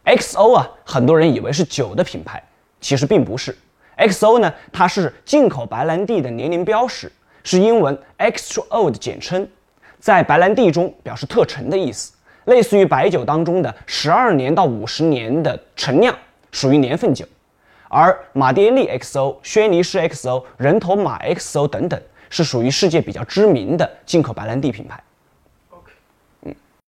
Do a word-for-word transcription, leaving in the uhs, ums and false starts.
X O 啊，很多人以为是酒的品牌，其实并不是。X O 呢，它是进口白兰地的年龄标识，是英文 Extra Old 的简称，在白兰地中表示特陈的意思，类似于白酒当中的十二年到五十年的陈酿，属于年份酒。而马爹利 X O、轩尼诗 X O、人头马 X O 等等，是属于世界比较知名的进口白兰地品牌。